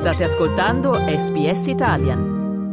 State ascoltando SBS Italian.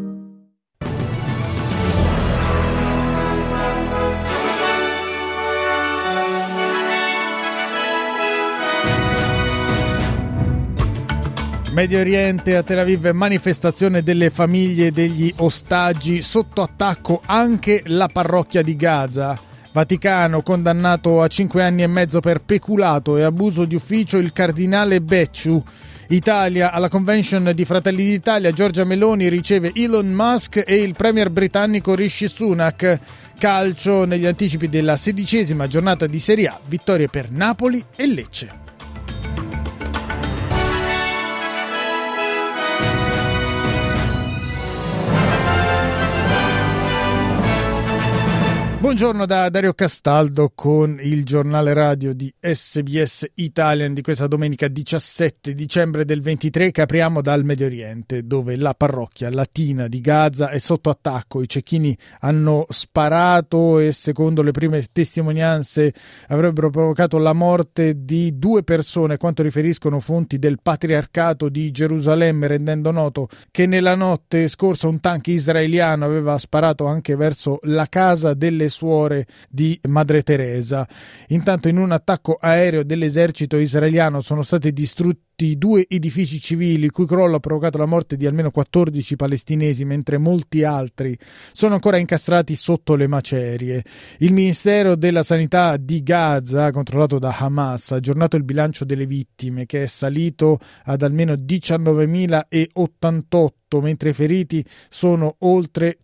Medio Oriente, a Tel Aviv, manifestazione delle famiglie degli ostaggi, sotto attacco anche la parrocchia di Gaza. Vaticano, condannato a 5 anni e mezzo per peculato e abuso di ufficio il cardinale Becciu. Italia, alla convention di Fratelli d'Italia, Giorgia Meloni riceve Elon Musk e il premier britannico Rishi Sunak. Calcio, negli anticipi della 16ª giornata di Serie A, vittorie per Napoli e Lecce. Buongiorno da Dario Castaldo con il giornale radio di SBS Italian di questa domenica 17 dicembre del 23, che apriamo dal Medio Oriente, dove la parrocchia latina di Gaza è sotto attacco. I cecchini hanno sparato e, secondo le prime testimonianze, avrebbero provocato la morte di 2 persone, quanto riferiscono fonti del Patriarcato di Gerusalemme, rendendo noto che nella notte scorsa un tank israeliano aveva sparato anche verso la casa delle suore di Madre Teresa. Intanto, in un attacco aereo dell'esercito israeliano sono stati distrutti 2 edifici civili, il cui crollo ha provocato la morte di almeno 14 palestinesi, mentre molti altri sono ancora incastrati sotto le macerie. Il Ministero della Sanità di Gaza, controllato da Hamas, ha aggiornato il bilancio delle vittime, che è salito ad almeno 19.088, mentre i feriti sono oltre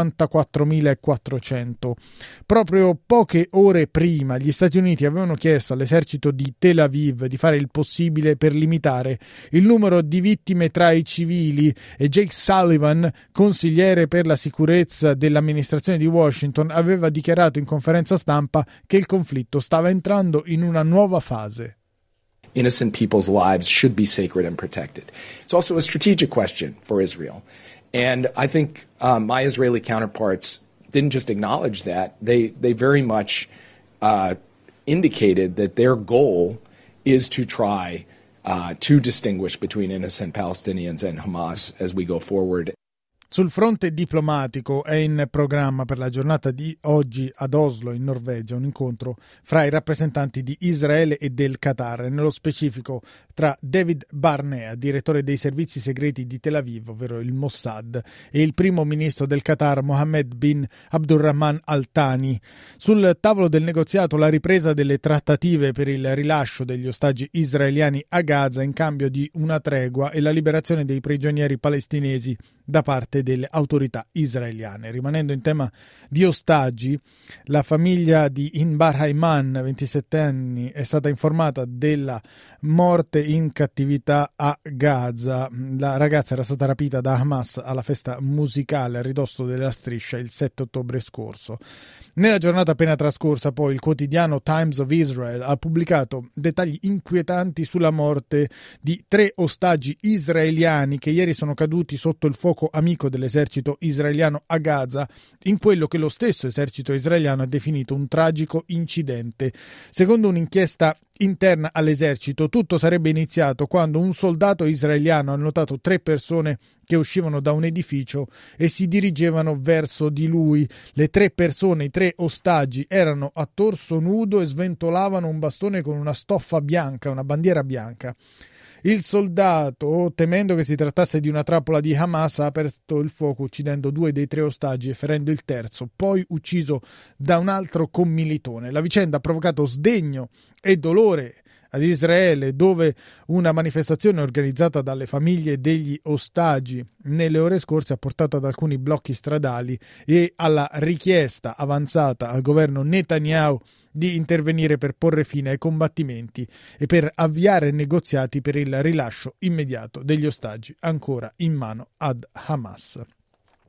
54.400. Proprio poche ore prima gli Stati Uniti avevano chiesto all'esercito di Tel Aviv di fare il possibile per limitare il numero di vittime tra i civili, e Jake Sullivan, consigliere per la sicurezza dell'amministrazione di Washington, aveva dichiarato in conferenza stampa che il conflitto stava entrando in una nuova fase. Innocent people's lives should be sacred and protected. It's also a strategic question for Israel. And I think my Israeli counterparts didn't just acknowledge that, they very much indicated that their goal is to try to distinguish between innocent Palestinians and Hamas as we go forward. Sul fronte diplomatico è in programma per la giornata di oggi ad Oslo, in Norvegia, un incontro fra i rappresentanti di Israele e del Qatar, nello specifico tra David Barnea, direttore dei servizi segreti di Tel Aviv, ovvero il Mossad, e il primo ministro del Qatar, Mohammed bin Abdulrahman Al Thani. Sul tavolo del negoziato la ripresa delle trattative per il rilascio degli ostaggi israeliani a Gaza in cambio di una tregua e la liberazione dei prigionieri palestinesi da parte delle autorità israeliane. Rimanendo in tema di ostaggi, la famiglia di Inbar Hayman, 27 anni, è stata informata della morte in cattività a Gaza. La ragazza era stata rapita da Hamas alla festa musicale a ridosso della Striscia il 7 ottobre scorso. Nella giornata appena trascorsa, poi, il quotidiano Times of Israel ha pubblicato dettagli inquietanti sulla morte di 3 ostaggi israeliani che ieri sono caduti sotto il fuoco amico dell'esercito israeliano a Gaza, in quello che lo stesso esercito israeliano ha definito un tragico incidente. Secondo un'inchiesta interna all'esercito, tutto sarebbe iniziato quando un soldato israeliano ha notato 3 persone che uscivano da un edificio e si dirigevano verso di lui. Le 3 persone, i 3 ostaggi, erano a torso nudo e sventolavano un bastone con una stoffa bianca, una bandiera bianca. Il soldato, temendo che si trattasse di una trappola di Hamas, ha aperto il fuoco uccidendo 2 dei 3 ostaggi e ferendo il terzo, poi ucciso da un altro commilitone. La vicenda ha provocato sdegno e dolore ad Israele, dove una manifestazione organizzata dalle famiglie degli ostaggi nelle ore scorse ha portato ad alcuni blocchi stradali e alla richiesta avanzata al governo Netanyahu di intervenire per porre fine ai combattimenti e per avviare negoziati per il rilascio immediato degli ostaggi ancora in mano ad Hamas.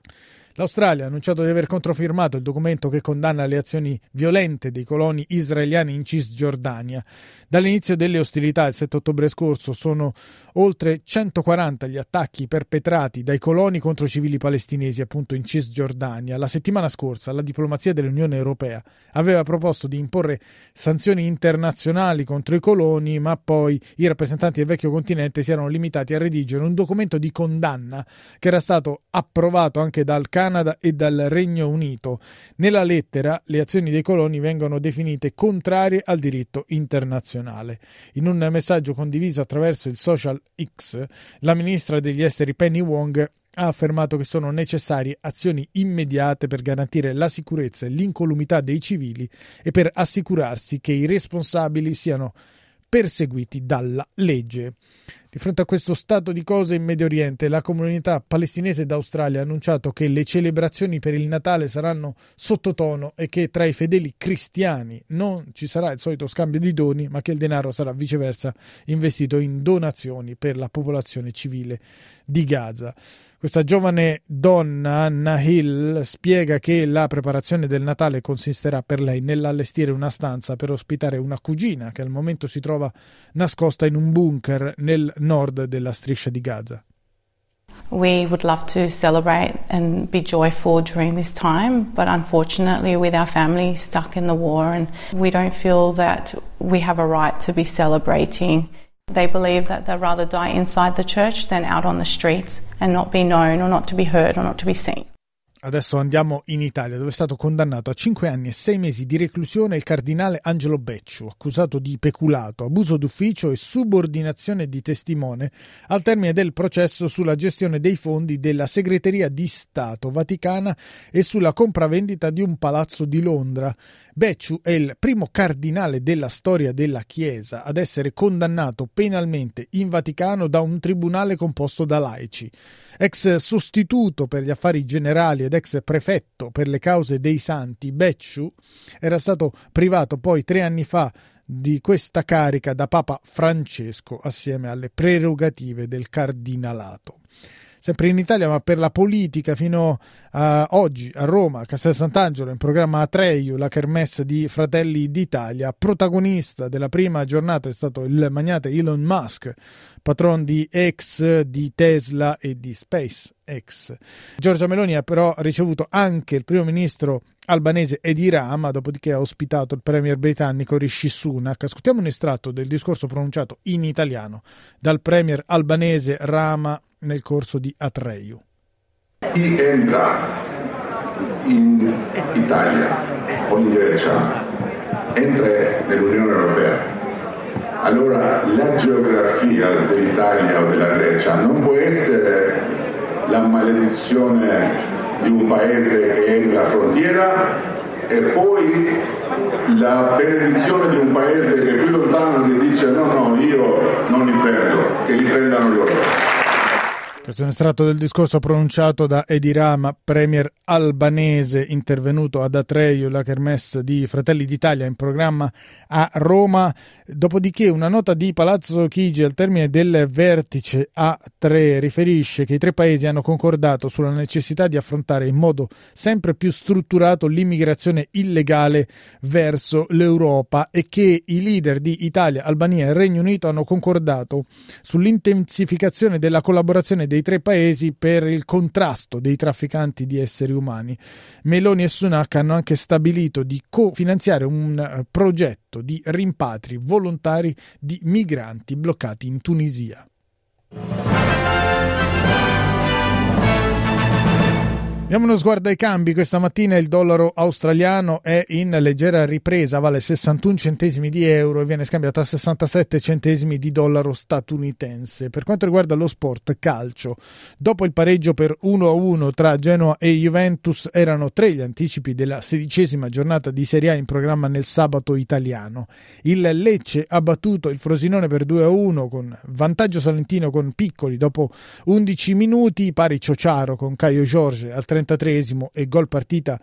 L'Australia ha annunciato di aver controfirmato il documento che condanna le azioni violente dei coloni israeliani in Cisgiordania. Dall'inizio delle ostilità il 7 ottobre scorso sono oltre 140 gli attacchi perpetrati dai coloni contro civili palestinesi appunto in Cisgiordania. La settimana scorsa la diplomazia dell'Unione Europea aveva proposto di imporre sanzioni internazionali contro i coloni, ma poi i rappresentanti del vecchio continente si erano limitati a redigere un documento di condanna che era stato approvato anche dal Canada e dal Regno Unito. Nella lettera le azioni dei coloni vengono definite contrarie al diritto internazionale. In un messaggio condiviso attraverso il social X, la ministra degli esteri Penny Wong ha affermato che sono necessarie azioni immediate per garantire la sicurezza e l'incolumità dei civili e per assicurarsi che i responsabili siano perseguiti dalla legge. Di fronte a questo stato di cose in Medio Oriente, la comunità palestinese d'Australia ha annunciato che le celebrazioni per il Natale saranno sottotono e che tra i fedeli cristiani non ci sarà il solito scambio di doni, ma che il denaro sarà viceversa investito in donazioni per la popolazione civile di Gaza. Questa giovane donna, Nahil, spiega che la preparazione del Natale consisterà per lei nell'allestire una stanza per ospitare una cugina che al momento si trova nascosta in un bunker nel nord della striscia di Gaza. We would love to celebrate and be joyful during this time, but unfortunately with our family stuck in the war, and we don't feel that we have a right to be celebrating. They believe that they'd rather die inside the church than out on the streets and not be known or not to be heard or not to be seen. Adesso andiamo in Italia, dove è stato condannato a 5 anni e 6 mesi di reclusione il cardinale Angelo Becciu, accusato di peculato, abuso d'ufficio e subordinazione di testimone al termine del processo sulla gestione dei fondi della Segreteria di Stato Vaticana e sulla compravendita di un palazzo di Londra. Becciu è il primo cardinale della storia della Chiesa ad essere condannato penalmente in Vaticano da un tribunale composto da laici. Ex sostituto per gli affari generali ed ex prefetto per le cause dei santi, Becciu era stato privato poi 3 anni fa di questa carica da Papa Francesco assieme alle prerogative del cardinalato. Sempre in Italia, ma per la politica, fino a oggi a Roma, a Castel Sant'Angelo, in programma Atreju, la kermesse di Fratelli d'Italia. Protagonista della prima giornata è stato il magnate Elon Musk, patron di X, di Tesla e di SpaceX. Giorgia Meloni ha però ricevuto anche il primo ministro albanese Edi Rama, dopodiché ha ospitato il premier britannico Rishi Sunak. Ascoltiamo un estratto del discorso pronunciato in italiano dal premier albanese Rama nel corso di Atreju. Chi entra in Italia o in Grecia entra nell'Unione Europea. Allora la geografia dell'Italia o della Grecia non può essere la maledizione di un paese che è nella frontiera e poi la benedizione di un paese che è più lontano che dice no, io non li prendo, che li prendano loro. Questo è un estratto del discorso pronunciato da Edi Rama, premier albanese, intervenuto ad Atreju, la kermesse di Fratelli d'Italia in programma a Roma. Dopodiché una nota di Palazzo Chigi al termine del vertice A3 riferisce che i 3 paesi hanno concordato sulla necessità di affrontare in modo sempre più strutturato l'immigrazione illegale verso l'Europa e che i leader di Italia, Albania e Regno Unito hanno concordato sull'intensificazione della collaborazione dei 3 paesi per il contrasto dei trafficanti di esseri umani. Meloni e Sunak hanno anche stabilito di cofinanziare un progetto di rimpatri volontari di migranti bloccati in Tunisia. Diamo uno sguardo ai cambi. Questa mattina il dollaro australiano è in leggera ripresa, vale 61 centesimi di euro e viene scambiato a 67 centesimi di dollaro statunitense. Per quanto riguarda lo sport calcio, dopo il pareggio per 1-1 tra Genoa e Juventus, erano 3 gli anticipi della 16ª giornata di Serie A in programma nel sabato italiano. Il Lecce ha battuto il Frosinone per 2-1 con vantaggio salentino con Piccoli dopo 11 minuti, pari Ciociaro con Caio Jorge al 33esimo e gol partita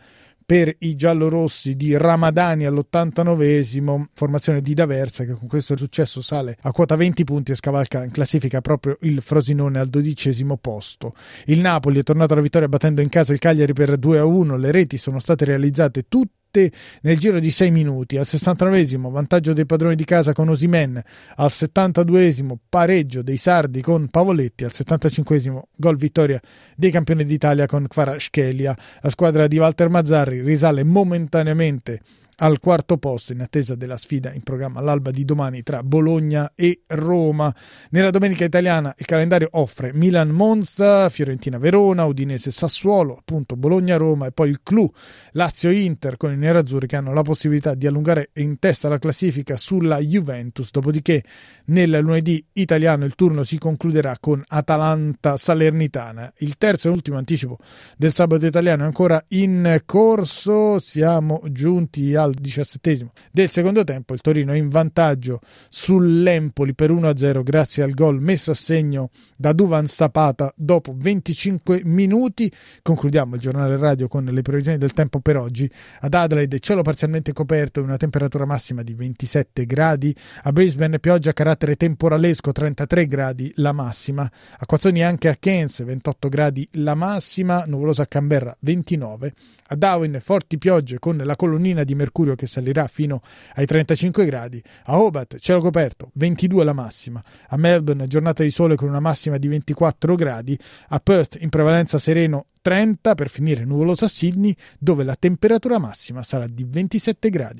per i giallorossi di Ramadani all'89esimo, formazione di D'Aversa che con questo successo sale a quota 20 punti e scavalca in classifica proprio il Frosinone al 12° posto. Il Napoli è tornato alla vittoria battendo in casa il Cagliari per 2-1, le reti sono state realizzate tutte nel giro di 6 minuti. Al 69esimo vantaggio dei padroni di casa con Osimhen, al 72esimo pareggio dei sardi con Pavoletti, al 75esimo gol vittoria dei campioni d'Italia con Kvaratskhelia. La squadra di Walter Mazzarri risale momentaneamente al 4° posto in attesa della sfida in programma all'alba di domani tra Bologna e Roma. Nella domenica italiana il calendario offre Milan-Monza, Fiorentina-Verona, Udinese-Sassuolo, appunto Bologna-Roma e poi il clou Lazio-Inter con i nerazzurri che hanno la possibilità di allungare in testa la classifica sulla Juventus. Dopodiché nel lunedì italiano il turno si concluderà con Atalanta-Salernitana. Il terzo e ultimo anticipo del sabato italiano è ancora in corso, siamo giunti al 17esimo del secondo tempo. Il Torino è in vantaggio sull'Empoli per 1-0 grazie al gol messo a segno da Duvan Zapata dopo 25 minuti. Concludiamo il giornale radio con le previsioni del tempo per oggi. Ad Adelaide cielo parzialmente coperto e una temperatura massima di 27 gradi. A Brisbane pioggia a carattere temporalesco, 33 gradi la massima. Acquazzoni anche a Cairns, 28 gradi la massima. Nuvolosa a Canberra, 29. A Darwin forti piogge con la colonnina di mercurio che salirà fino ai 35 gradi. A Hobart cielo coperto, 22 la massima. A Melbourne giornata di sole con una massima di 24 gradi. A Perth in prevalenza sereno, 30, per finire nuvoloso a Sydney dove la temperatura massima sarà di 27 gradi.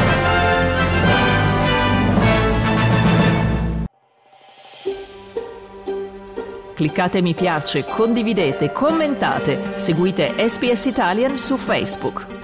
Cliccate mi piace, condividete, commentate, seguite SPS Italian su Facebook.